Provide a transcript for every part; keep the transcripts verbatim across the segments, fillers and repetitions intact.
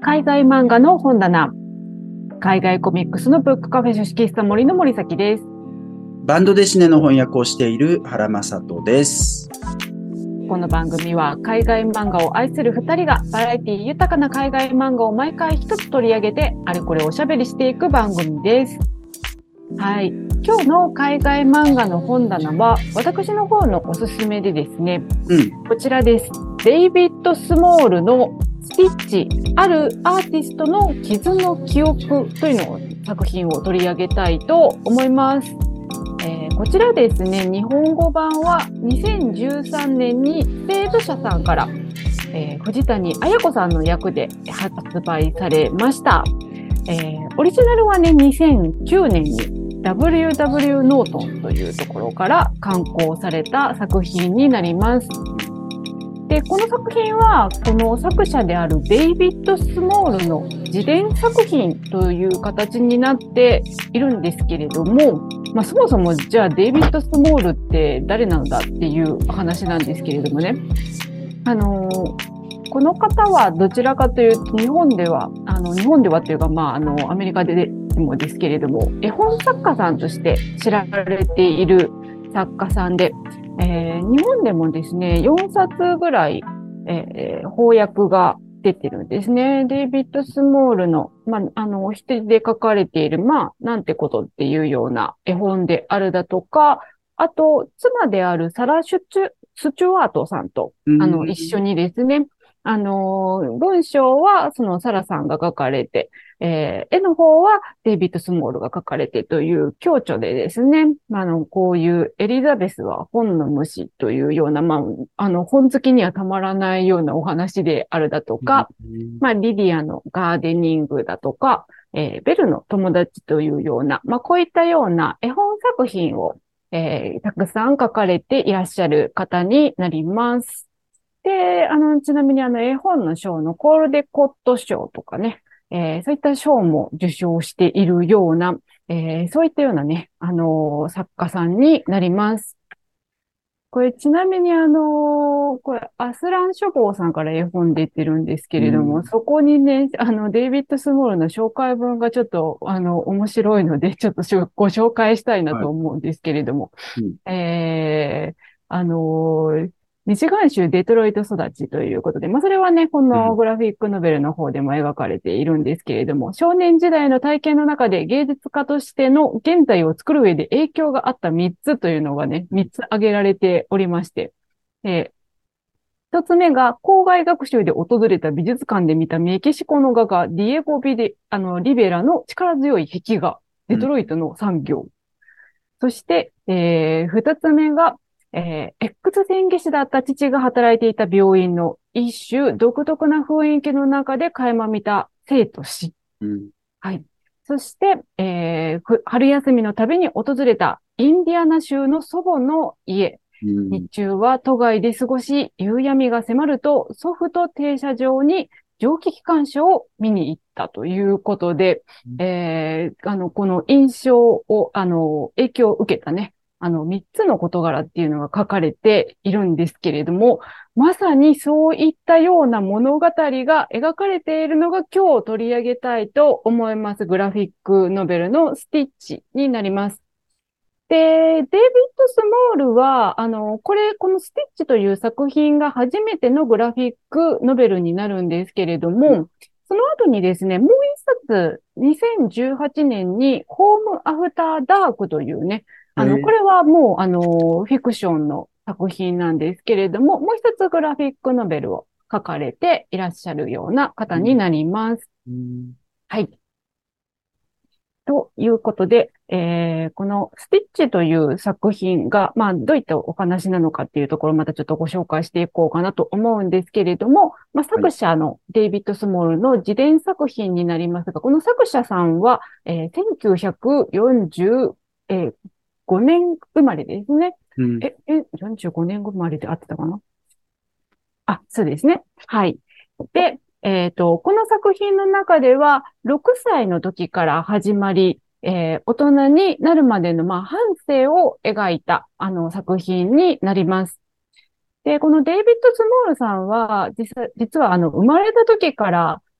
海外漫画の本棚、海外コミックスのブックカフェ書式喫茶森の森崎です。 バンドデシネの翻訳をしている原正人です。 この番組は海外漫画を愛するふたりがバラエティ豊かな海外漫画を毎回一つ取り上げてあれこれおしゃべりしていく番組です。はい、今日の海外漫画の本棚は私の方のおすすめでですね、うん、こちらです。デイビッド・スモールのスティッチ、あるアーティストの傷の記憶というのを作品を取り上げたいと思います。えー、こちらですね、日本語版はにせんじゅうさんねんに西武社さんから、えー、藤谷綾子さんの役で発売されました。えー、オリジナルはね、にせんきゅうねんに ダブリューダブリュー ノートンというところから刊行された作品になります。で、この作品はこの作者であるデイビッド・スモールの自伝作品という形になっているんですけれども、まあ、そもそもじゃあデイビッド・スモールって誰なんだっていう話なんですけれどもね、あのー、この方はどちらかというと日本ではあの日本ではというか、まあ、あのアメリカでもですけれども絵本作家さんとして知られている作家さんで、えー、日本でもですねよんさつぐらい、えー、翻訳が出てるんですね。デイビッド・スモールの、まあ、あの、お一人で書かれている、まあ、なんてことっていうような絵本であるだとか、あと、妻であるサラ・シュチュ、スチュワートさんと、あの、一緒にですね、あの、文章はそのサラさんが書かれて、えー、絵の方はデイビッド・スモールが書かれてという共著でですね、あの、こういうエリザベスは本の虫というような、まあ、あの、本好きにはたまらないようなお話であるだとか、まあ、リディアのガーデニングだとか、えー、ベルの友達というような、まあ、こういったような絵本作品を、えー、たくさん書かれていらっしゃる方になります。で、あの、ちなみにあの、絵本の賞のコールデコット賞とかね、えー、そういった賞も受賞しているような、えー、そういったようなね、あのー、作家さんになります。これちなみにあのー、これアスラン書房さんから絵本出てるんですけれども、うん、そこにね、あの、デイビッド・スモールの紹介文がちょっと、あの、面白いので、ちょっとご紹介したいなと思うんですけれども、はいうん、えー、あのー、ミシガン州デトロイト育ちということで、まあ、それはね、このグラフィックノベルの方でも描かれているんですけれども、少年時代の体験の中で芸術家としての現在を作る上で影響があったみっつというのがね、みっつ挙げられておりまして、えー、一つ目が、校外学習で訪れた美術館で見たメキシコの画家、ディエゴ・ビデ、あの、リベラの力強い壁画、デトロイトの産業。うん、そして、えー、二つ目が、えー、X 線技師だった父が働いていた病院の一種独特な雰囲気の中で垣間見た生と死。うん、はい。そして、えー、春休みの旅に訪れたインディアナ州の祖母の家。うん、日中は都外で過ごし、夕闇が迫ると祖父と停車場に蒸気機関車を見に行ったということで、うん、えー、あの、この印象を、あの、影響を受けたね、あの、三つの事柄っていうのが書かれているんですけれども、まさにそういったような物語が描かれているのが今日取り上げたいと思います。グラフィックノベルのスティッチになります。で、デイビッド・スモールは、あの、これ、このスティッチという作品が初めてのグラフィックノベルになるんですけれども、うん、その後にですね、もう一冊、にせんじゅうはちねんに、ホーム・アフター・ダークというね、あの、これはもう、あの、フィクションの作品なんですけれども、もう一つグラフィックノベルを書かれていらっしゃるような方になります。うん、はい。ということで、えー、このスティッチという作品が、まあ、どういったお話なのかっていうところをまたちょっとご紹介していこうかなと思うんですけれども、まあ、作者のデイビッド・スモールの自伝作品になりますが、この作者さんは、えー、せんきゅうひゃくよんじゅうごねん生まれですね。うん、え、え、よんじゅうごねん生まれで合ってたかなあ、そうですね。はい。で、えっと、この作品の中では、ろくさいの時から始まり、えー、大人になるまでの、まあ、半生を描いた、あの、作品になります。で、このデイビッド・スモールさんは、実は、実は、あの、生まれた時から、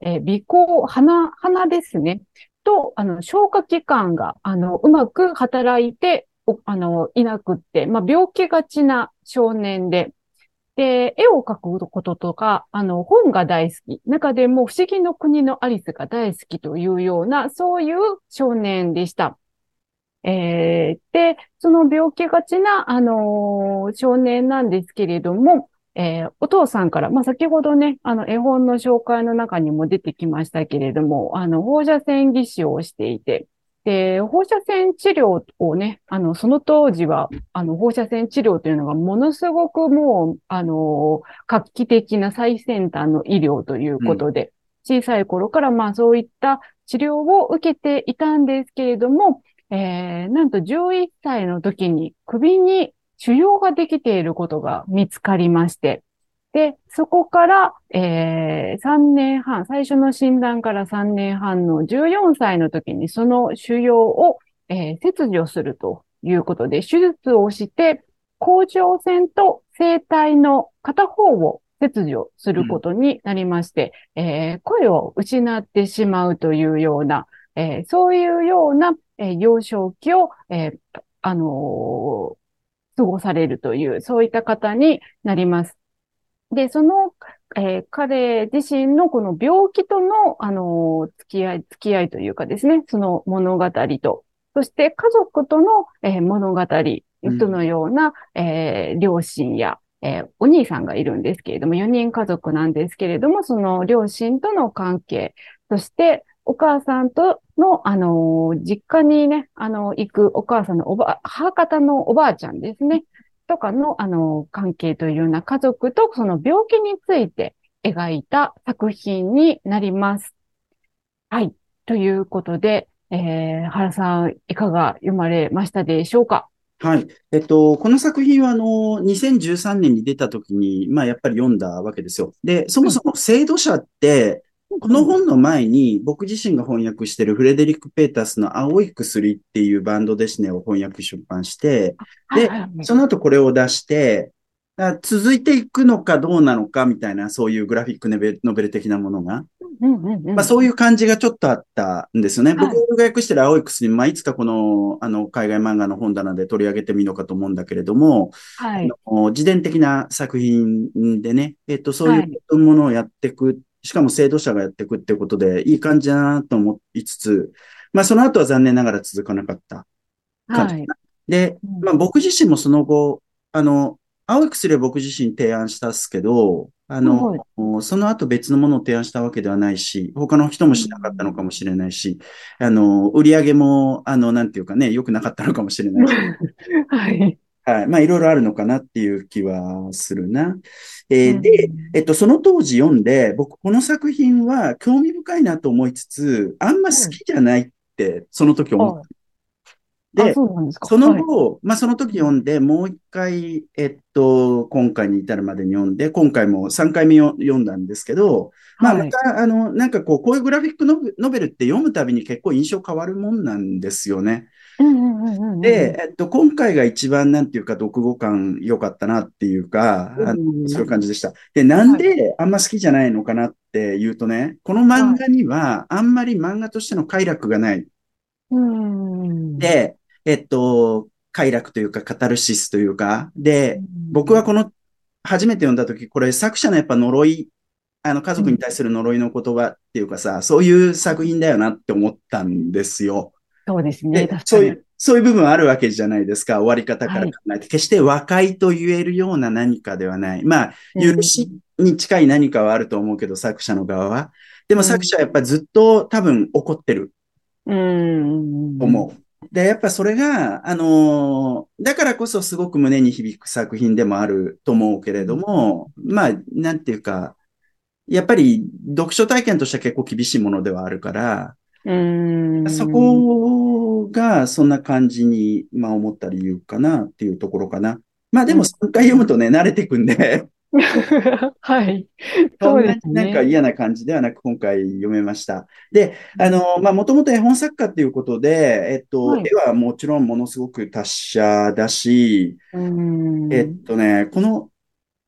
えー鼻孔、鼻、鼻ですね。と、あの、消化器官が、あの、うまく働いて、おあの、いなくって、まあ、病気がちな少年で、で、絵を描くこととか、あの、本が大好き。中でも、不思議の国のアリスが大好きというような、そういう少年でした。えーで、その病気がちな、あのー少年なんですけれども、えーお父さんから、まあ、先ほどね、あの、絵本の紹介の中にも出てきましたけれども、あの、放射線技師をしていて、で、放射線治療をね、あの、その当時は、あの、放射線治療というのがものすごくもう、あのー画期的な最先端の医療といううん。 ことで、小さい頃から、まあ、そういった治療を受けていたんですけれども、えー、なんとじゅういっさいの時に首に腫瘍ができていることが見つかりまして、で、そこから、えー、さんねんはん、最初の診断からさんねんはんのじゅうよんさいの時にその腫瘍を、えー切除するということで、手術をして、甲状腺と声帯の片方を切除するこうん。 とになりまして、えー声を失ってしまうというような、えーそういうような、えー幼少期を、えーあのー過ごされるという、そういった方になります。で、その、えー彼自身のこの病気との、あのー付き合い、付き合いというかですね、その物語と、そして家族との、えー物語、どうん。 のような、えー両親や、えーお兄さんがいるんですけれども、よにん家族なんですけれども、その両親との関係、そしてお母さんとの、あのー実家にね、あの行くお母さんのおば、母方のおばあちゃんですね。とかの、あの、関係というような家族とその病気について描いた作品になります。はい。ということで、えー、原さん、いかが読まれましたでしょうか？ はい。えっと、この作品は、あの、にせんじゅうさんねんに出た時に、まあ、やっぱり読んだわけですよ。で、そうん、 もそも、制度者って、こうん、うん。 の本の前に、僕自身が翻訳しているフレデリック・ペータースの青い薬っていうバンドデシネを翻訳出版して、 はい、 で、 はい、はい。 その後これを出して、あ続いていくのかどうなのかみたいな、そういうグラフィックノベルノベル的なものが、 うん、うん、うまあ、 ん。 そういう感じがちょっとあったんですよね。僕はい、 が訳してる青い薬、まあ、いつかこの、あの、海外漫画の本棚で取り上げてみようかと思うんだけれども、 はい、 あの、自伝的な作品でね、えっと、そうはい。 いうものをやっていく、しかも制度者がやっていくってことで、いい感じだなと思いつつ、まあ、その後は残念ながら続かなかった感じかはい。 な。で、 うん、 まあ、僕自身もその後、あの、青い薬は僕自身提案したっすけど、あの、 はい。 その後別のものを提案したわけではないし、他の人もうしなかったのかん。 もしれないし、あの、売り上げも、あの、なんていうかね、良くなかったのかもしれないし、 はい。 はい。まあ、いろいろあるのかなっていう気はするな。 うえーで、 ん。 えっと、その当時読んで、僕、この作品は興味深いなと思いつつ、あんま好はい。 きじゃないって、その時思っあ、あ、 で、 そうなんですか。 そのはい。 後、まあ、その時読んで、もう一回、えっと、今回に至るまでに読んで、今回もさんかいめよ読んだんですけど、まあ、まはい。 た、あの、なんかこう、こういうグラフィックノベノベルって読むたびに結構印象変わるもんなんですよね。 うん、うん、うん、うん、うで、 ん。 えっと、今回が一番なんていうか、読後感良かったなっていうか、 うあの、そういうん。 感じでした。で、なんはい。 であんま好きじゃないのかなっていうとね、この漫はい。 画にはあんまり漫画としての快楽がない。 うん。 で、えっと、快楽というか、カタルシスというか、 うで、僕はん。 この、初めて読んだ時、これ作者のやっぱ呪い、あの、家うん。 族に対する呪いの言葉っていうかさ、そういう作品だよなって思ったんですよ。 そうですね。 で、 確かに。 そういう、そういう部分あるわけじゃないですか。終わり方かはい。 ら考えて。決して和解と言えるような何かではない。まあ、 う許しん。 に近い何かはあると思うけど、作者の側は。でも作うん。 者はやっぱずっと多分怒ってるうん。 と思う。で、やっぱそれが、あのーだからこそすごく胸に響く作品でもあると思うけれども、まあ、なんていうか、やっぱり読書体験としては結構厳しいものではあるから、 うそん。 こがそんな感じに、まあ思った理由かなっていうところかな。まあでうん。 もさんかい読むとね、慣れてくんで、 はい。 そんそうでなになんかすね。 嫌な感じではなく今回読めました。で、 うん。 あの、まあもともと絵本作家っていうことで、えっと、 はい。 絵はもちろんものすごく達者だし、 うえっん。 とね、この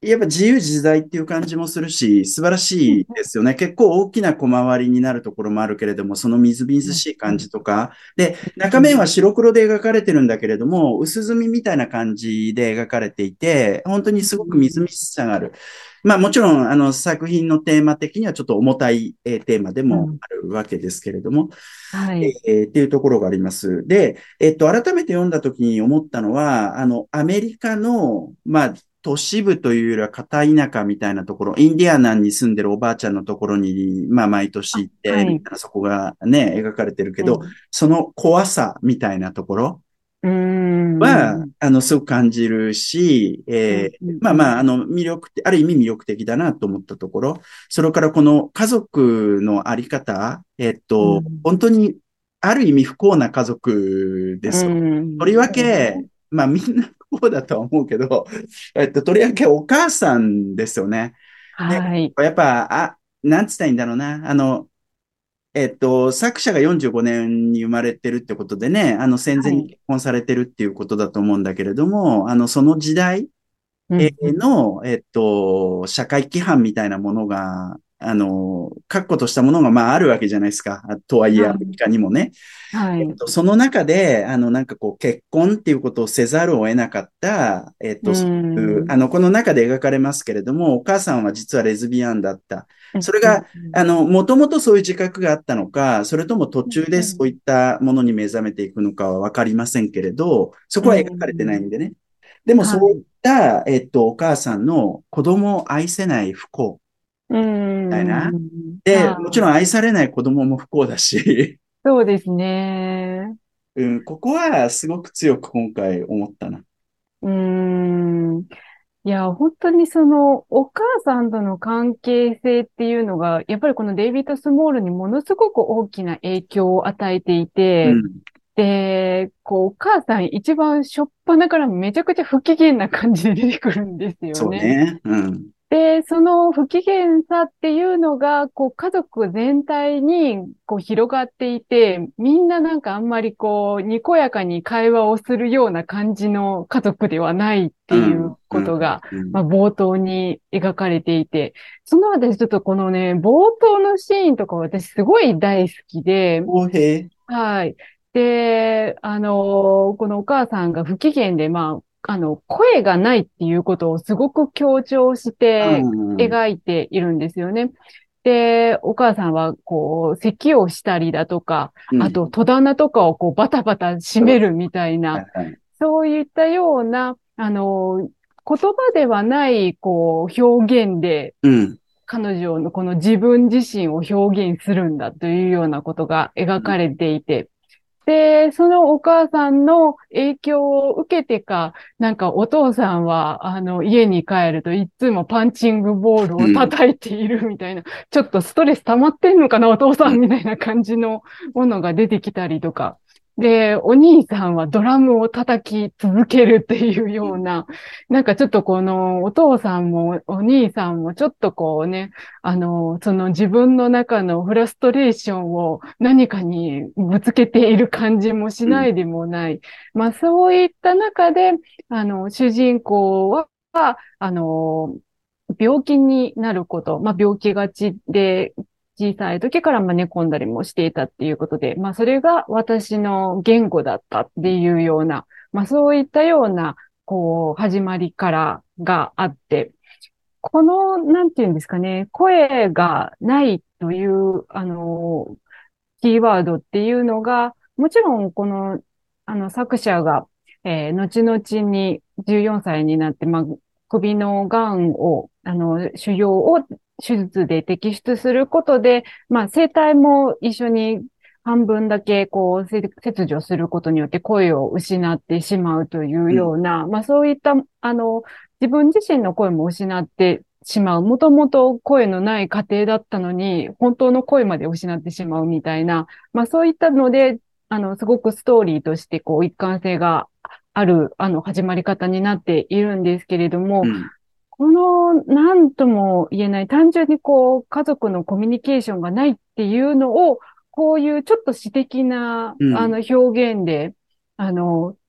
やっぱ自由自在っていう感じもするし、素晴らしいですよね。結構大きな小回りになるところもあるけれども、そのみずみずしい感じとか。で、中面は白黒で描かれてるんだけれども、薄墨みたいな感じで描かれていて、本当にすごくみずみずしさがある。まあもちろん、あの作品のテーマ的にはちょっと重たいえーテーマでもあるわけですけれども、 はい。 えーっていうところがあります。で、えっと、改めて読んだときに思ったのは、あの、アメリカの、まあ、都市部というよりは片田舎みたいなところ、インディアナに住んでるおばあちゃんのところに、まあ、毎年あ、 行って、 はい。 みたいな、そこがね、描かれてるけど、 うん。 その怖さみたいなところうーは、 ん。 あの、すごく感じるし、えーうん。うん。うん。 まあまあ、あの、魅力って、ある意味魅力的だなと思ったところ、それからこの家族のあり方、えっと、 うん。 本当に、ある意味不幸な家族でうすよ。とりん。 わそうですけ、 ね。 まあみんな不幸だとは思うけど、えっと、とりわけお母さんですよね。で、 はい。 やっぱ、あ、なんつったらいいんだろうな。あの、えっと、作者がよんじゅうごねんに生まれてるってことでね、あの戦前にはい。 結婚されてるっていうことだと思うんだけれども、あの、その時代えうん。うん。 ーの、えっと、社会規範みたいなものが、あの、確固としたものが、まあ、あるわけじゃないですか。とはいえ、アメリはい。 カにもね。 はい。 えっと、その中で、あの、なんかこう、結婚っていうことをせざるを得なかった、えっうと、そういう、 ん。 あの、この中で描かれますけれども、お母さんは実はレズビアンだった。 うん。うん。 それが、 うん。 あの、もともとそういう自覚があったのか、それとも途う中でそういん。 ったものに目覚めていくのかはわかりませんけれど、そうこは描かれてないん。 んでね。でもそういっはい。 た、えっと、お母さんの子供を愛せない不幸うみたいな。 ん。 で、もちろんはい。 愛されない子供も不幸だし、 そうですね。 うん、ここはすごく強く今回思ったな。 うーん。いや、本当にその、お母さんとの関係性っていうのが、やっぱりこのデイビッド・スモールにものすごく大きな影響を与えていて、 うん、 で、こう、お母さん一番しょっぱなからめちゃくちゃ不機嫌な感じで出てくるんですよね。 そうね。うん、 で、その不機嫌さっていうのが、こう、家族全体に、こう、広がっていて、みんななんかあんまりこう、にこやかに会話をするような感じの家族ではないっていううん、うん、 ことが、 うん。 まあ、冒頭に描かれていて、その私ちょっとこのね、冒頭のシーンとか私すごい大好きで、 公平。 はい。で、あの、このお母さんが不機嫌で、まあ、あの、声がないっていうことをすごく強調しうてん、うん、 描いているんですよね。で、お母さんは、こう、咳をしたりだとか、 うん。 あと、戸棚とかをこう、バタバタ閉めるみたいな、 はいはい。 そういったような、あの、言葉ではない、こう、表現で、 うん、 彼女のこの自分自身を表現するんだというようなことが描かれていて、で、そのお母さんの影響を受けてか、なんかお父さんは、あの、家に帰るといつもパンチングボールをうん、 叩いているみたいな、ちょっとストレス溜まってんのかな、お父さうん。 んみたいな感じのものが出てきたりとか。で、お兄さんはドラムを叩き続けるっていうような、なんかちょっとこのお父さんもお兄さんもちょっとこうね、あの、その自分の中のフラストレーションを何かにぶつけている感じもしうん。 ないでもない。まあそういった中で、あの、主人公は、あの、病気になること、まあ病気がちで、小さい時からまあ寝込んだりもしていたっていうことで、まあそれが私の言語だったっていうような、まあそういったような、こう、始まりからがあって、この、なんていうんですかね、声がないという、あの、キーワードっていうのが、もちろん、この、あの、作者が、えー後々にじゅうよんさいになって、まあ、首の癌を、あの、腫瘍を手術で摘出することで、まあ、声帯も一緒に半分だけ、こう、せ切除することによって声を失ってしまうといううん。 ような、まあ、そういった、あの、自分自身の声も失ってしまう。もともと声のない家庭だったのに、本当の声まで失ってしまうみたいな、まあそういったので、あの、すごくストーリーとして、こう、一貫性がある、あの、始まり方になっているんですけれども、 うん。 この、なんとも言えない、単純にこう、家族のコミュニケーションがないっていうのを、こういうちょっと詩的な、 うん。 あの、表現で、あの、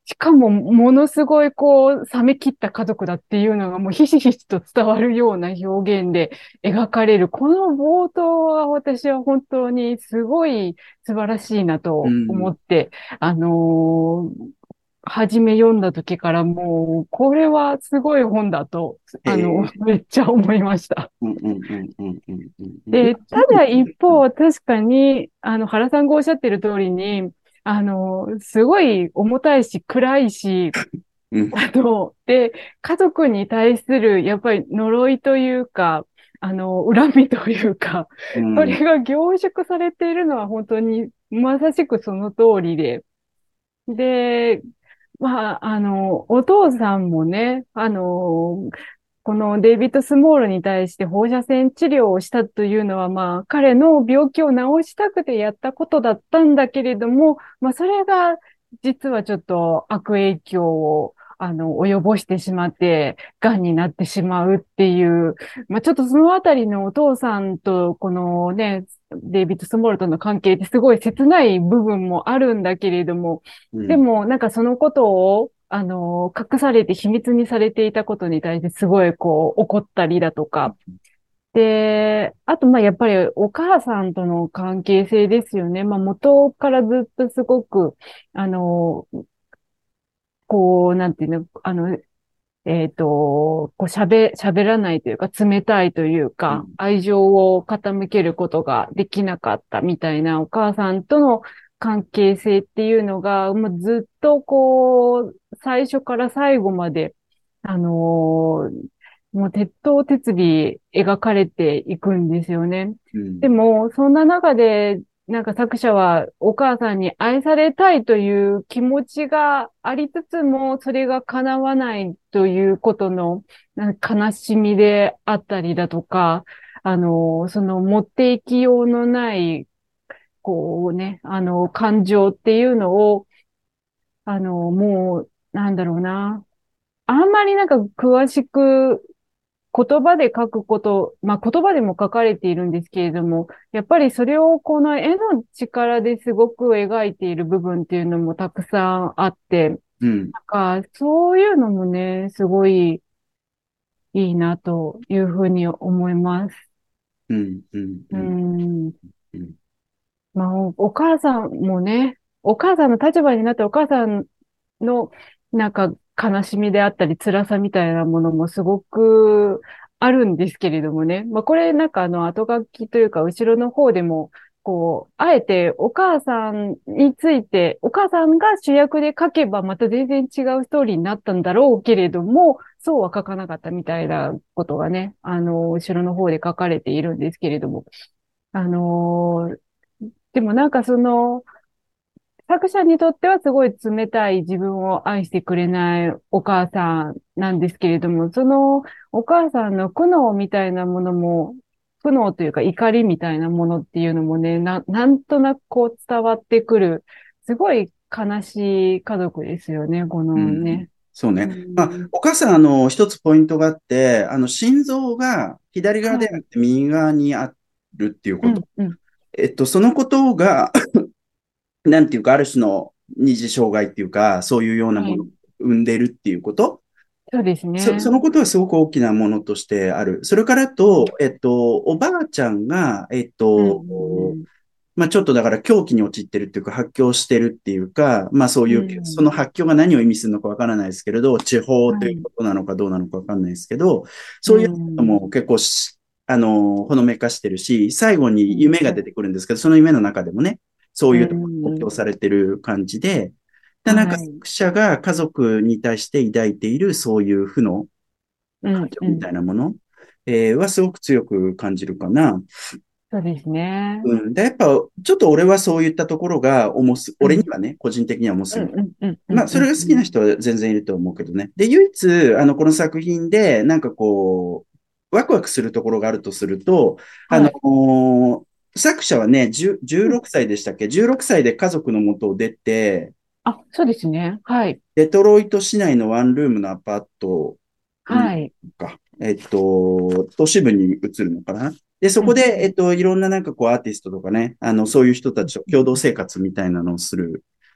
しかも、ものすごい、こう、冷め切った家族だっていうのが、もうひしひしと伝わるような表現で描かれる。この冒頭は私は本当にすごい素晴らしいなと思うん。 って、あのー初め読んだ時からもう、これはすごい本だと、あの、 へえ。 めっちゃ思いました。 うんうんうんうんうんうんうん。 で、ただ一うん方、確かに、あの、原さんがおっしゃってる通りに、あの、すごい重たいし、暗いし、 うんあの、で、家族に対する、やっぱり呪いというか、あの、恨みというか、それうんが凝縮されているのは本当にまさしくその通りで、で、まあ、あの、お父さんもね、あの、このデイビッド・スモールに対して放射線治療をしたというのは、まあ、彼の病気を治したくてやったことだったんだけれども、まあ、それが実はちょっと悪影響を、あの、及ぼしてしまって、癌になってしまうっていう、まあ、ちょっとそのあたりのお父さんと、このね、デイビッド・スモールとの関係ってすごい切ない部分もあるんだけれども、 うんでも、なんかそのことを、あの、隠されて秘密にされていたことに対してすごいこう怒ったりだとか。で、あとまあやっぱりお母さんとの関係性ですよね。まあ元からずっとすごく、あの、こう、なんていうの、あの、えっと、こう喋、喋らないというか冷たいというか、 うん愛情を傾けることができなかったみたいなお母さんとの関係性っていうのが、もうずっとこう、最初から最後まで、あのーもう鉄頭鉄尾描かれていくんですよね。 うんでも、そんな中で、なんか作者はお母さんに愛されたいという気持ちがありつつも、それが叶わないということのなんか悲しみであったりだとか、あの、その持っていきようのない、こうね、あの、感情っていうのを、あの、もう、なんだろうな。あんまりなんか詳しく言葉で書くこと、まあ言葉でも書かれているんですけれども、やっぱりそれをこの絵の力ですごく描いている部分っていうのもたくさんあって、 うんなんかそういうのもね、すごいいいなというふうに思います。 うんうんううんん。 うんまあお、お母さんもね、お母さんの立場になってお母さんのなんか悲しみであったり辛さみたいなものもすごくあるんですけれどもね。まあこれなんかあの後書きというか後ろの方でもこう、あえてお母さんについて、お母さんが主役で書けばまた全然違うストーリーになったんだろうけれども、そうは書かなかったみたいなことがね、あの、後ろの方で書かれているんですけれども。あのでもなんかその、作者にとってはすごい冷たい自分を愛してくれないお母さんなんですけれども、そのお母さんの苦悩みたいなものも、苦悩というか怒りみたいなものっていうのもね、な、なんとなくこう伝わってくる、すごい悲しい家族ですよね、こうん。 のね。 そううね。まあ、 ん、 お母さん、あの、一つポイントがあって、あの、心臓が左側はい。 であって右側にあるっていうこと。 うん、うん。 えっと、そのことが、なんていうか、ある種の二次障害っていうか、そういうようなものをはい。 生んでるっていうこと。 そうですそ、そね。 のことはすごく大きなものとしてある。それからと、 うん、 えっと、おばあちゃんが、えっうん、うと、 ん、 まあちょっとだから狂気に陥ってるっていうか発狂してるっていうか、まあそうういう、そん。 の発狂が何を意味するのかわからないですけれど、地方というはい。 ことなのかどうなのかわかんないですけど、 うそういうのん、 も結構し、あの、ほのめかしてるし、最後うん、 に夢が出てくるんですけど、その夢の中でもね、そうういうところを強ん。 調されてる感じで、で、なんかはい。 作者が家族に対して抱いているそういう負の感うん、 情みたうん。 いなもの、えーはすごく強く感じるかな。 そうですね。 うん。で、やっぱ、ちょっと俺はそういったところが重す、 うん。 俺にはね、個人的には重すうん、 ぎる。 うん、うん、うまあ、 ん、うん。 それが好きな人は全然いると思うけどね。で、唯一、あの、この作品で、なんかこう、ワクワクするところがあるとすると、あのはい。 作者はね、じゅう、 うん。 じゅうろくさいでしたっけ？ じゅうろく 歳で家族のもとを出て、 あ、そうですね。はい。 デトロイト市内のワンルームのアパートに、 はい。 か、えっと、都市部に移るのかな。で、そうん、 こで、 うん、 えっと、いろんななんかこうアーティストとかね、あの、そういう人たうん。 ちと共同生活みたいなのをする。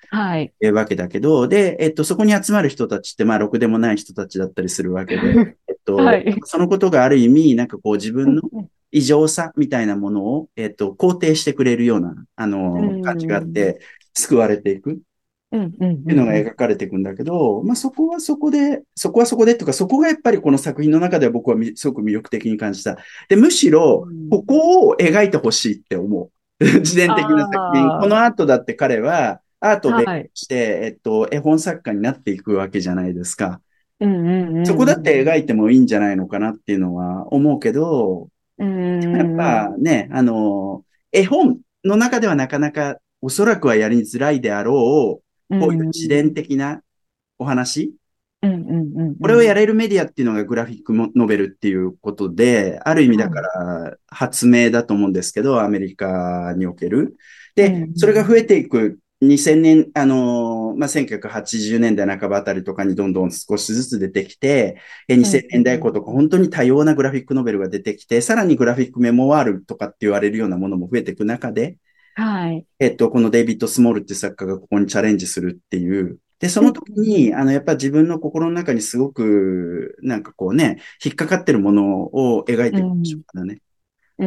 はい。 えーわけだけど、で、えっと、そこに集まる人たちって、まあ、ろくでもない人たちだったりするわけで、えっと、 はい。 そのことがある意味、なんかこう自分のうん、 異常さみたいなものを、えっと、肯定してくれるような、あうの、感じがあっん、 て、救われていくっうん、うん、 ていうのがうん。 描かれていくんだけど、まあ、そこはそこで、そこはそこでっていうか、そこがやっぱりこの作品の中では僕はみすごく魅力的に感じた。で、むしうろ、こん、 こを描いてほしいって思う。自伝的な作品。このあ後だって彼は、アートをあ、 勉強はい。 して、えっと、絵本作家になっていくわけじゃないですか。 うん、うん、 そこだっうん、 て描いてもいいんじゃないのかなっていうのは思うけど、 うん。 やっうん、 ぱね、あの、絵本の中ではなかなかおそらくはやりづらいであろう、 うん、 こういう自伝うん、 的なお話、 うん、うん、うん。 これをやれるメディアっていうのがグラフィックノベルっていうことで、ある意味だかはい。 ら発明だと思うんですけど、アメリカにおける。 うん、うで、それがん、 増えていくにせんねん、あの、まあ、せんきゅうひゃくはちじゅうねんだいなかばあたりとかにどんどん少しずつ出てきて、えうん、 2000 うん。 年代以降とか本当に多様なグラフィックノベルが出てきて、さらにグラフィックメモワールとかって言われるようなものも増えていく中で、 はい。 えっと、このデイビッド・スモールっていう作家がここにチャレンジするっていう。で、そうん、 の時うん、 に、あの、やっぱ自分の心の中にすごく、なんかこうね、引っかかってるものを描いていくでしょうん、 うからね。 うん、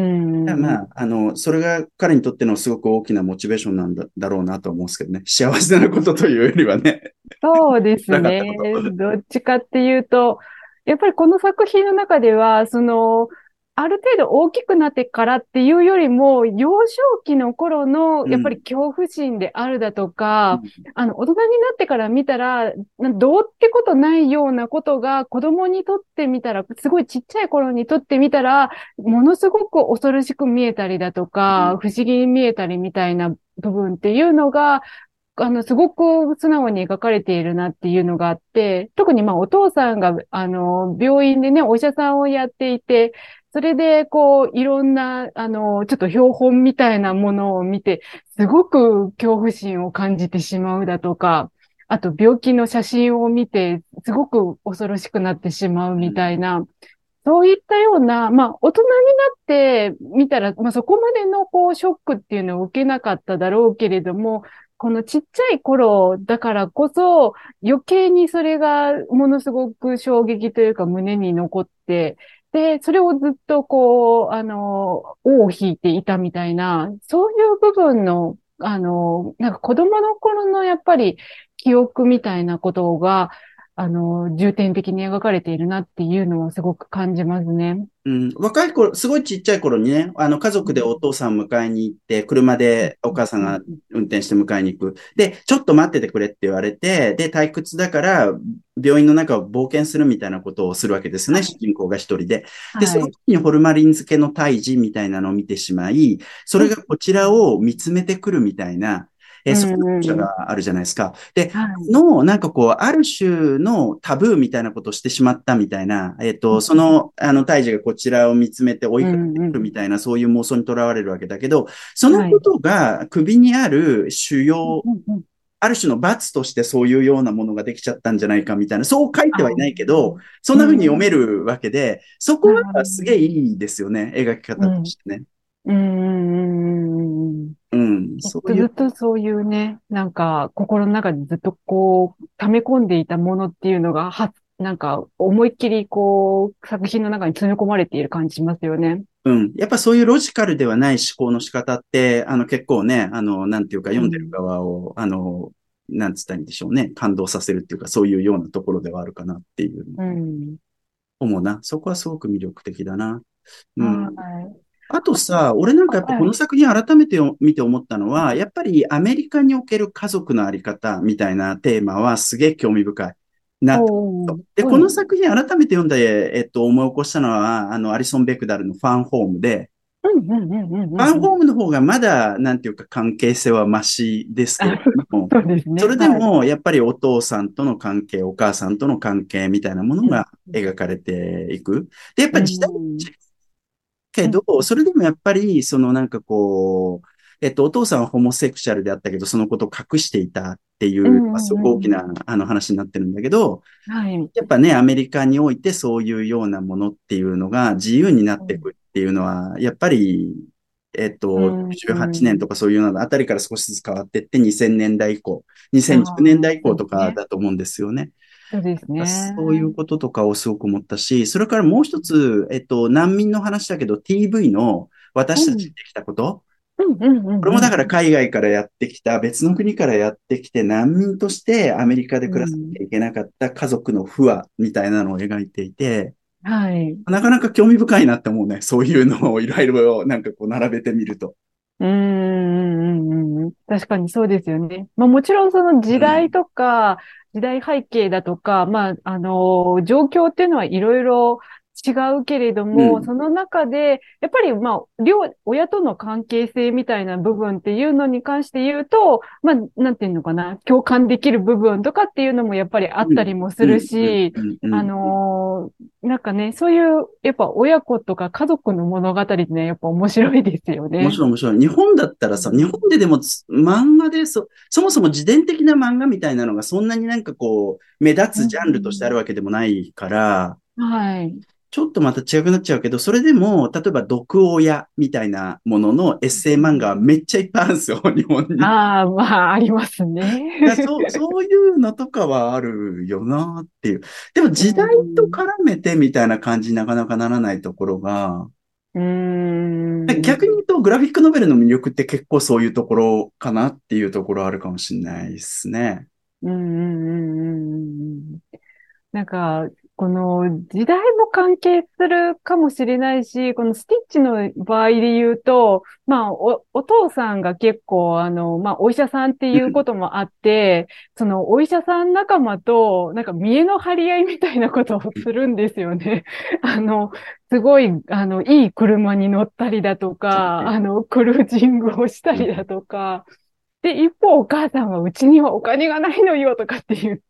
うん。 だからまあ、あの、それが彼にとってのすごく大きなモチベーションなんだ、だろうなと思うんですけどね。幸せなことというよりはね、 そうですなかったこね。 と。 どっちかっていうと、やっぱりこの作品の中では、その、ある程度大きくなってからっていうよりも、幼少期の頃の、やっぱりうん。 恐怖心であるだとか、 うん。 あの、大人になってから見たら、などうってことないようなことが、子供にとってみたら、すごいちっちゃい頃にとってみたら、ものすごく恐ろしく見えたりだとか、不思議に見えたりみたいな部分っていうのが、あの、すごく素直に描かれているなっていうのがあって、特にまあお父さんが、あの、病院でね、お医者さんをやっていて、それで、こう、いろんな、あの、ちょっと標本みたいなものを見て、すごく恐怖心を感じてしまうだとか、あと病気の写真を見て、すごく恐ろしくなってしまうみたいな、そういったような、まあ、大人になってみたら、まあ、そこまでの、こう、ショックっていうのを受けなかっただろうけれども、このちっちゃい頃だからこそ、余計にそれがものすごく衝撃というか胸に残って、で、それをずっとこう、あの、尾を引いていたみたいな、そういう部分の、あの、なんか子供の頃のやっぱり記憶みたいなことが、あの、重点的に描かれているなっていうのをすごく感じますね。 うん、若い頃、すごいちっちゃい頃にね、あの、家族でお父さん迎えに行って、車でお母さんが運転して迎えに行く。で、ちょっと待っててくれって言われて、で、退屈だから、病院の中を冒険するみたいなことをするわけですね、主はい。 人公が一人で。で、そはい。 の時にホルマリン漬けの胎児みたいなのを見てしまい、そうん。 れがこちらを見つめてくるみたいな、えー、そうういう描写ん。 があるじゃないですか。で、 はい。 の、なんかこう、ある種のタブーみたいなことをしてしまったみたいな、えっと、その、あの、胎児がこちらを見つめて追いうかけてくるん。 みたいな、そういう妄想にとらわれるわけだけど、そのはい。 ことが首にある腫瘍、 うんうん。 ある種の罰としてそういうようなものができちゃったんじゃないかみたいな、そう書いてはいあないけど、そんうな風に読めん。 るわけで、そこはすげえいいですよね、描き方とうん。 してね。 うん。うん。 うん、 きっそういう、 とずっとそういうね、なんか心の中にずっとこう、溜め込んでいたものっていうのが、は、なんか思いっきりこう、作品の中に詰め込まれている感じしますよね。 うん。やっぱそういうロジカルではない思考の仕方って、あの結構ね、あの、なんていうか読んでるうん。 側を、あの、なんつったらいいんでしょうね。感動させるっていうか、そういうようなところではあるかなっていううん。 思うな。そこはすごく魅力的だな。うん。 はい。 あとさ、俺なんかやっぱこのはい。 作品改めて見て思ったのは、やっぱりアメリカにおける家族のあり方みたいなテーマはすげえ興味深いなと。 おー、 で、このはい。 作品改めて読んで、えっと、思い起こしたのは、あの、アリソン・ベクダルのファンホームで、 うん、うん、うん、うん、うん。うん。 ファンホームの方がまだ、なんていうか関係性はマシですけれあ、 ども、 そうですね。 それではい。 も、やっぱりお父さんとの関係、お母さんとの関係みたいなものうん、 が描かれていく。で、やっうぱ時代ん、 けど、 うん、 それでもやっぱり、そのなんかこう、えっと、お父さんはホモセクシャルであったけど、そのことを隠していたっていうう、まあ、すごく大きん、 なあの話になってるんだけど、 はい。 やっぱね、アメリカにおいてそういうようなものっていうのが自由になっていうん、 くっていうのは、やっぱりえっと、 うん、 じゅうはちねんうん。 とかそういうようなあたりから少しずつ変わっていってにせんねんだい以降、 あにせんじゅうねんだいあ、 以降とかそうですね。 だと思うんですよね。 そうですね。 そういうこととかをすごく思ったし、それからもう一つ、えっと、難民の話だけど ティーブイ の私たちにうん、 できたこと、 うん、うん、うん、うん。 これもだから海外からやってきた、別の国からやってきて難民としてアメリカでう暮らさなん、 きゃいけなかった家族の不和みたいなのを描いていて、 はい。 なかなか興味深いなって思うね。そういうのをいろいろなんかこう並べてみると。 うーん、うんうんうん、確かにそうですよね。まあもちろんその時うん。 代とか、時代背景だとか、まあ、あの、状況っていうのはいろいろ違うけれども、 うん。 その中で、やっぱりまあ、両、親との関係性みたいな部分っていうのに関して言うと、まあ、なんていうのかな、共感できる部分とかっていうのもやっぱりあったうん。 りもするうん。うん。 し、 うん。うあん。 のなんかね、そういう、やっぱ親子とか家族の物語ってね、やっぱ面白いですよね。 面白い面白い。日本だったらさ、日本ででもつ漫画でそ、そもそも自伝的な漫画みたいなのがそんなになんかこう、目う立つジャンルとしてあるん、 わけでもないから、 はい。 ちょっとまた違くなっちゃうけど、それでも、例えば毒親みたいなもののエッセイ漫画はめっちゃいっぱいあるんですよ、日本に。 ああ、まあ、ありますだね。 そう、そういうのとかはあるよなっていう。でもう時代とん。 絡めてみたいな感じになかなかならないところが、 うん。 逆に言うとグラフィックノベルの魅力って結構そういうところかなっていうところあるかもしれないですね。 うん。うん。なんか、この時代も関係するかもしれないし、このスティッチの場合で言うと、まあ、お、お父さんが結構、あの、まあ、お医者さんっていうこうん。 ともあって、そのお医者さん仲間と、なんか見栄の張り合いみたいなことをするんですよね。あの、すごい、あの、いい車に乗ったりだとか、 そうね。 あの、クルージングをしたうん。 りだとか、で、一方お母さんはうちにはお金がないのよとかって言って、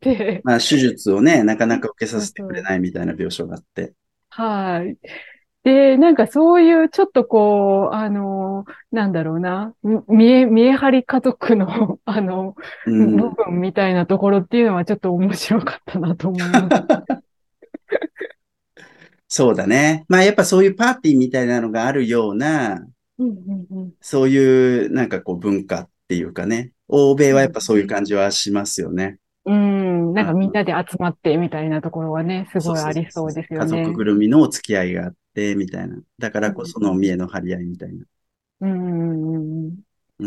まあ手術をね、なかなか受けさせてくれそうそう。 ないみたいな描写があって。 はい。で、なんかそういうちょっとこう、あの、なんだろうな、み見え、見え張り家族の、あの、 う部ん。 分みたいなところっていうのはちょっと面白かったなと思います。 そうだね。まあやっぱそういうパーティーみたいなのがあるような、 うんうんうん。 そういうなんかこう文化っていうかね。欧米はそうやっぱそういうですね。 感じはしますよね。 うん、なんかみんうん。 なで集まってみたいなところはね、すそうごいあそうそうそう。 りそうですよ家族ね。 ぐるみのお付き合いがあって、みたいな。だかうらこその見ん栄の張り合いみたいな。 うんうんうん。 うん。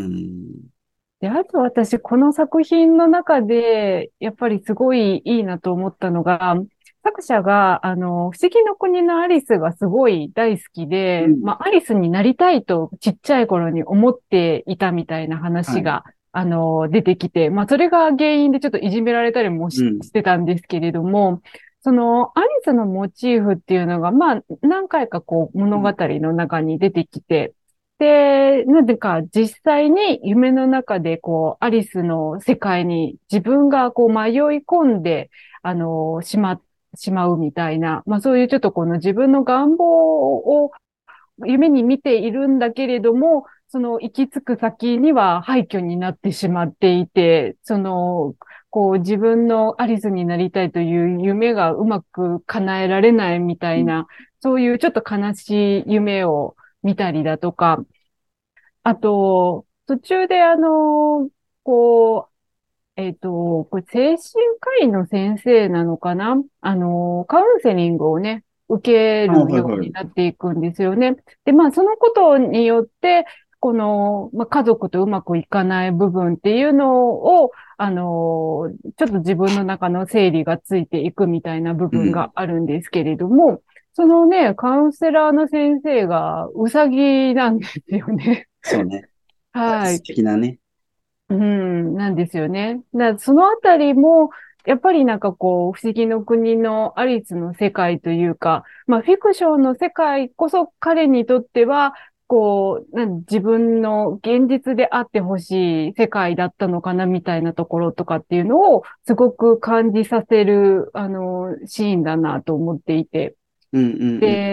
で、あと私、この作品の中で、やっぱりすごいいいなと思ったのが、作者が、あの、不思議の国のアリスがすごい大好きで、 うん。 まあ、アリスになりたいとちっちゃい頃に思っていたみたいなはい。 話が、あの、出てきて、まあ、それが原因でちょっといじめられたりもし、 うん。 してたんですけれども、その、アリスのモチーフっていうのが、まあ、何回かこう、物語うん。 の中に出てきて、で、なんでか、実際に夢の中で、こう、アリスの世界に自分がこう迷い込んで、あの、しま、しまうみたいな、まあそういうちょっとこの自分の願望を夢に見ているんだけれども、その行き着く先には廃墟になってしまっていて、その、こう自分のアリスになりたいという夢がうまく叶えられないみたうん。 いな、そういうちょっと悲しい夢を見たりだとか、あと、途中であの、こう、えっと、これ精神科医の先生なのかな、あの、カウンセリングをね、受けあ、 るはいはい。 ようになっていくんですよね。で、まあ、そのことによって、この、まあ、家族とうまくいかない部分っていうのを、あの、ちょっと自分の中の整理がついていくみたいな部分うん。 があるんですけれども、そのね、カウンセラーの先生がうさぎなんですよね。 そうね。素はい。 敵なね。 うん、なんですよね。だそのあたりも、やっぱりなんかこう、不思議の国のアリスの世界というか、まあ、フィクションの世界こそ彼にとっては、こう、なん自分の現実であってほしい世界だったのかなみたいなところとかっていうのをすごく感じさせる、あの、シーンだなと思っていて。 うんうんうん。 で、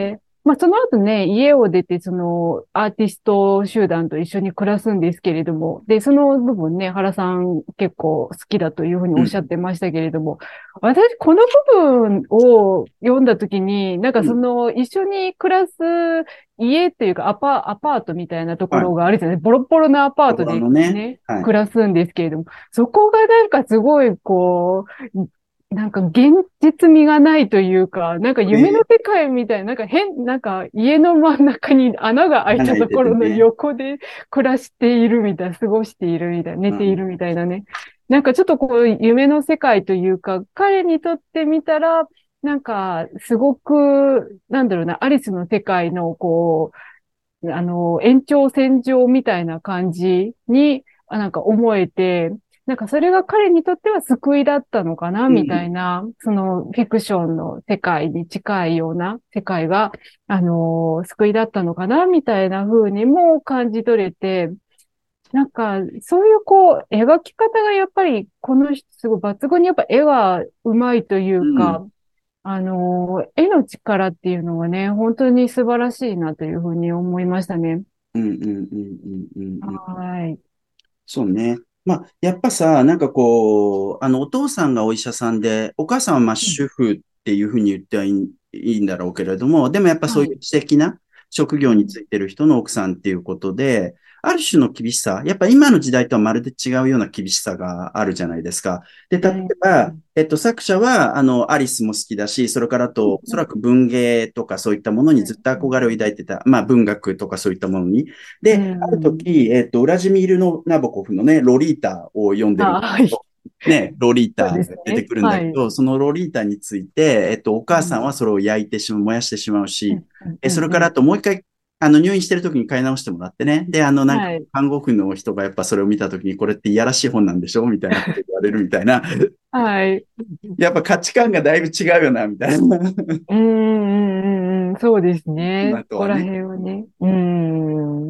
まあ、その後ね、家を出て、その、アーティスト集団と一緒に暮らすんですけれども、で、その部分ね、原さん結構好きだというふうにおっしゃっうん。 てましたけれども、私、この部分を読んだときに、なんかうん。 その、一緒に暮らす家っていうか、アパ、アパートみたいなとこはい。 ろがあるじゃない、ボロボロなアパーとこトでろのね。 ね、 はい。 暮らすんですけれども、そこがなんかすごい、こう、なんか現実味がないというか、なんか夢のね、 世界みたいな、なんか変、なんか家の真ん中に穴が開いた穴が開いてところのてね。 横で暮らしているみたいな、過ごしているみたいな、寝うん。 ているみたいなね。なんかちょっとこう夢の世界というか、彼にとってみたら、なんかすごく、なんだろうな、アリスの世界のこう、あの、延長線上みたいな感じに、あなんか思えて、なんかそれが彼にとっては救いだったのかな、みたうん。 いな、そのフィクションの世界に近いような世界が、あの、救いだったのかな、みたいな風にも感じ取れて、なんか、そういうこう、描き方がやっぱり、この人、すごい抜群にやっぱ絵が上手いというん。 うか、あの、絵の力っていうのがね、本当に素晴らしいなというふうに思いましたね。 うん。うん。うん。うん。うん。うん。 はい。 そうね。まあ、やっぱさ、なんかこう、あの、お父さんがお医者さんで、お母さんはまあうん。 主婦っていうふうに言ってはいい、いいんだろうけれども、でもやっぱそういうはい。 知的な職業にうん。 ついてる人の奥さんっていうことで、ある種の厳しさ、やっぱ今の時代とはまるで違うような厳しさがあるじゃないですか。で、例えうん。うば、 ん。 えっと、作者は、あの、アリスも好きだし、それからあと、おそらく文芸とかそういったものにずっと憧れを抱いてた、まあ文学とかそういったものに。 うで、あるん。 時、えっと、ウラジミールのナボコフのね、ロリータを読んでるんだあ、はい。 けど、ね、ロリーそうタですね。 が出てくるんだはい。 けど、そのロリータについて、えっと、お母さんうん。 はそれを焼いてしまう、燃やしてしまうし、 うん。うん。 え、それからあうん。 ともう一回、あの、入院してる時に買い直してもらってね。で、あの、なんか、 はい。 看護婦の人がやっぱそれを見た時に、これっていやらしい本なんでしょみたいなこと言われるみたいな。 はい。 やっぱ価値観がだいぶ違うよな、みたいな。 うん。うん。うん。そうですね。 今とはね。 ここら辺はね。うん。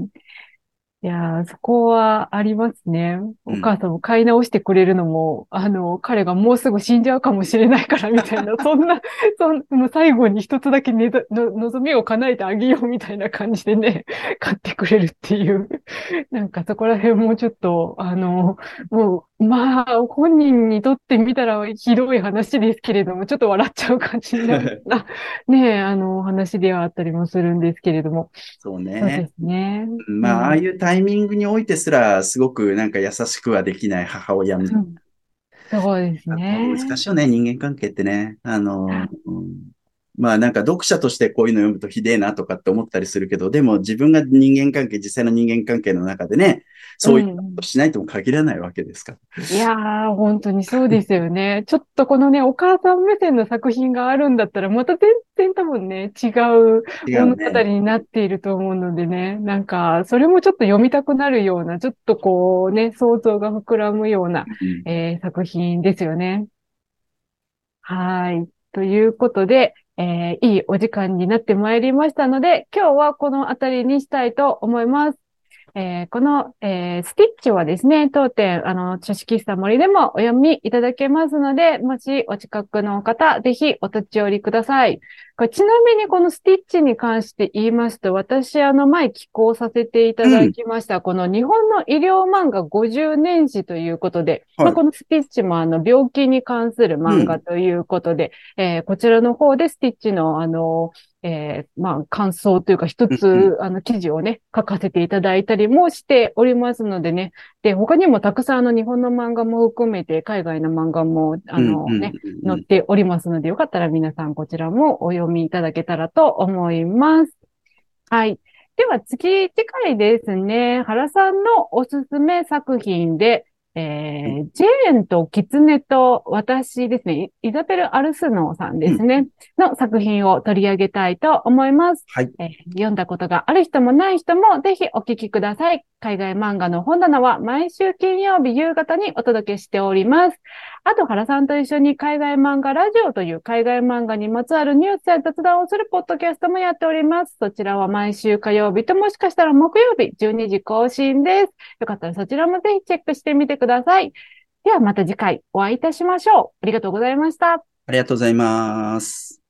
いやー、そこはありますね。 うん。 お母さんも買い直してくれるのも、あの、彼がもうすぐ死んじゃうかもしれないからみたいな、そんな、そん、もう最後に一つだけねどの、望みを叶えてあげようみたいな感じでね、買ってくれるっていう。なんかそこら辺もちょっと、あの、もう、まあ、本人にとってみたらひどい話ですけれども、ちょっと笑っちゃう感じになる、な、ねえ、あの、話ではあったりもするんですけれども。 そうね。 そうですね。うまあ、ああん。 いうタイミングにおいてすら、すごくなんか優しくはできない母親みたいうん。そうですな。こう難ね。 しいよね、人間関係ってね。あの、うんまあなんか読者としてこういうの読むとひでえなとかって思ったりするけど、でも自分が人間関係、実際の人間関係の中でね、 うそういうことん。 しないとも限らないわけですから。 いやー、本当にそうですよね。ちょっとこのね、お母さん目線の作品があるんだったら、また全然多分ね、違う違う物語ね。 になっていると思うのでね、なんか、それもちょっと読みたくなるような、ちょっとこうね、想像が膨らむような、 うん。 えー作品ですよね。はい。ということで、えーいいお時間になってまいりましたので、今日はこのあたりにしたいと思います。えーこの、えースティッチはですね、当店、あの、書式喫茶森でもお読みいただけますので、もしお近くの方、ぜひお立ち寄りください。これちなみにこのスティッチに関して言いますと、私、あの、前寄稿させていただうん。 きました、この日本の医療漫画ごじゅうねん史ということで、まあ、 はい。 このスティッチもあの、病気に関する漫画うん。 ということで、えーこちらの方でスティッチのあの、えーまあ、感想というか一うん。うん。 つ、あの、記事をね、書かせていただいたりもしておりますのでね。で、他にもたくさんあの、日本の漫画も含めて、海外の漫画も、あうん。うん。 のね、 うん。 載っておりますので、よかったら皆さんこちらもお読みいただけたらと思います。はい。では次、次回ですね、原さんのおすすめ作品で、えー、ジェーンと狐と私ですね、イイザベル・アルスノーさんうん。 ですね、の作品を取り上げたいと思います。 はい。 えー読んだことがある人もない人もぜひお聞きください。海外漫画の本棚は毎週金曜日夕方にお届けしております。あと、原さんと一緒に海外漫画ラジオという海外漫画にまつわるニュースや雑談をするポッドキャストもやっております。そちらは毎週火曜日ともしかしたら木曜日じゅうにじ更新です。よかったらそちらもぜひチェックしてみてください。ではまた次回お会いいたしましょう。ありがとうございました。 ありがとうございます。